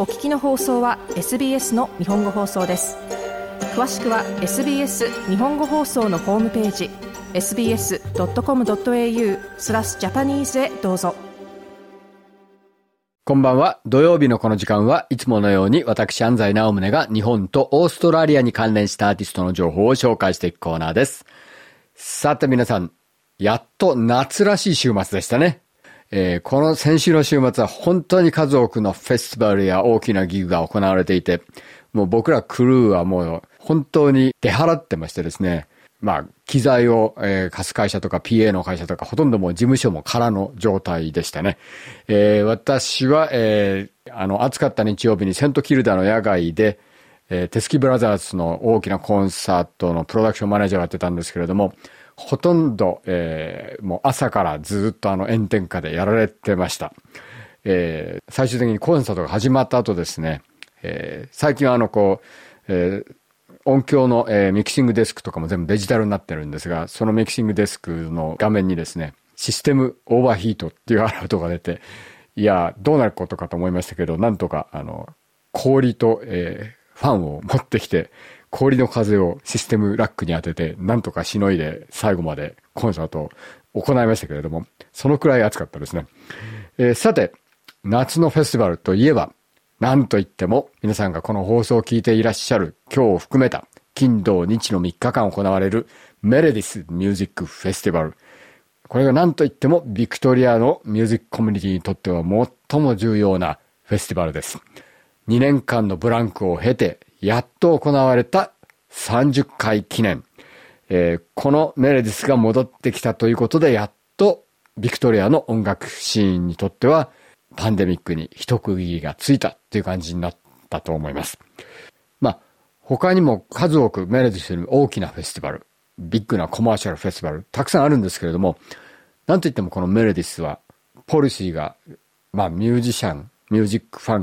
お聞きの放送は SBS の日本語放送です。詳しくは SBS 日本語放送のホームページ sbs.com.au/Japanese へどうぞ。 こんばんは。土曜日のこの時間はいつものように私安西直宗が日本とオーストラリアに関連したアーティストの情報を紹介していくコーナーです。さて皆さん、やっと夏らしい週末でしたね。この先週の週末は本当に数多くのフェスティバルや大きなギグが行われていて、もう僕らクルーはもう本当に出払ってましてですね、機材を、貸す会社とか PA の会社とかほとんどもう事務所も空の状態でしたね。私は、暑かった日曜日にセントキルダの野外で、テスキブラザーズの大きなコンサートのプロダクションマネージャーをやってたんですけれども、ほとんど、もう朝からずっと炎天下でやられてました。最終的にコンサートが始まった後ですね、最近は音響の、ミキシングデスクとかも全部デジタルになってるんですが、そのミキシングデスクの画面にですね、システムオーバーヒートっていうアラートが出て、いや、どうなることかと思いましたけど、なんとか、氷と、ファンを持ってきて、氷の風をシステムラックに当てて、なんとかしのいで最後までコンサートを行いましたけれども、そのくらい暑かったですね。さて、夏のフェスティバルといえば、なんといっても皆さんがこの放送を聞いていらっしゃる今日を含めた金土日の3日間行われるメレディスミュージックフェスティバル。これがなんといってもビクトリアのミュージックコミュニティにとっては最も重要なフェスティバルです。2年間のブランクを経てやっと行われた30回記念。このメレディスが戻ってきたということで、やっとビクトリアの音楽シーンにとってはパンデミックに一区切りがついたという感じになったと思います。他にも数多くメレディスに大きなフェスティバル、ビッグなコマーシャルフェスティバル、たくさんあるんですけれども、なんといってもこのメレディスは、ポリシーが、ミュージシャンやミュージックファ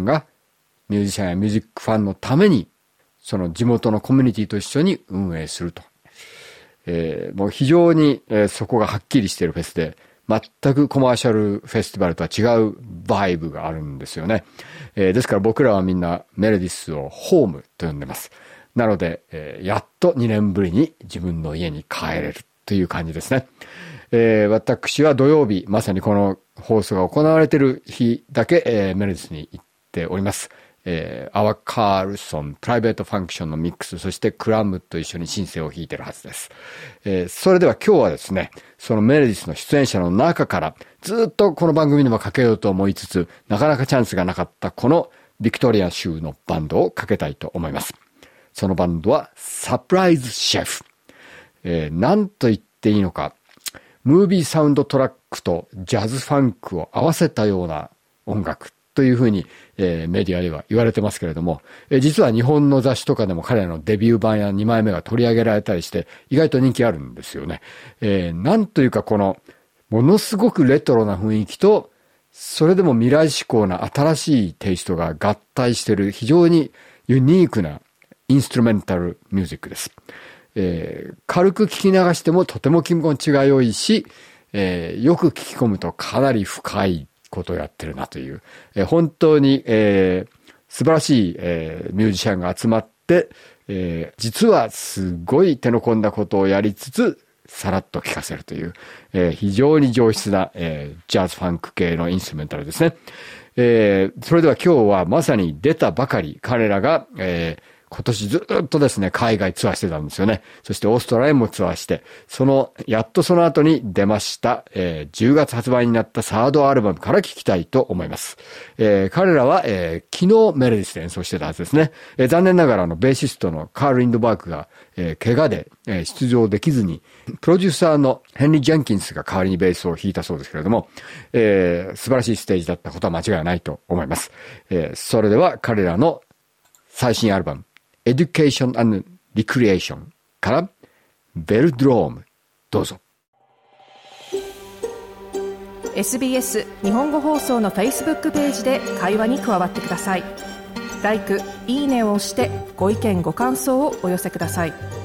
ンのために、その地元のコミュニティと一緒に運営すると。もう非常に、そこがはっきりしているフェスで、全くコマーシャルフェスティバルとは違うバイブがあるんですよね。ですから僕らはみんなメレディスをホームと呼んでます。なので、やっと2年ぶりに自分の家に帰れるという感じですね。私は土曜日、まさにこの放送が行われている日だけ、メレディスに行っております。アワカールソン、プライベートファンクションのミックス、そしてクラムと一緒にシンセを弾いているはずです。それでは今日はですね、そのメレディスの出演者の中からずっとこの番組にもかけようと思いつつ、なかなかチャンスがなかったこのビクトリア州のバンドをかけたいと思います。そのバンドはサプライズシェフ。なんと言っていいのか、ムービーサウンドトラックとジャズファンクを合わせたような音楽というふうに、メディアでは言われてますけれども、実は日本の雑誌とかでも彼らのデビュー版や2枚目が取り上げられたりして意外と人気あるんですよね。なんというかこのものすごくレトロな雰囲気とそれでも未来志向な新しいテイストが合体している非常にユニークなインストゥルメンタルミュージックです。軽く聞き流してもとても気持ちが良いし、よく聞き込むとかなり深いことをやってるなという、本当に、素晴らしい、ミュージシャンが集まって、実はすごい手の込んだことをやりつつさらっと聴かせるという、非常に上質な、ジャズファンク系のインストゥルメンタルですね。それでは今日はまさに出たばかり彼らが、今年ずっとですね、海外ツアーしてたんですよね。そしてオーストラリアもツアーして、やっとその後に出ました、10月発売になったサードアルバムから聴きたいと思います。彼らは、昨日メレディスで演奏してたはずですね。残念ながらベーシストのカール・リンドバーグが、怪我で、出場できずに、プロデューサーのヘンリー・ジェンキンスが代わりにベースを弾いたそうですけれども、素晴らしいステージだったことは間違いないと思います。それでは彼らの最新アルバム、Education and Recreation からベルドローム、どうぞ。 SBS 日本語放送の Facebook ページで会話に加わってください。LIKE、いいねを押してご意見ご感想をお寄せください。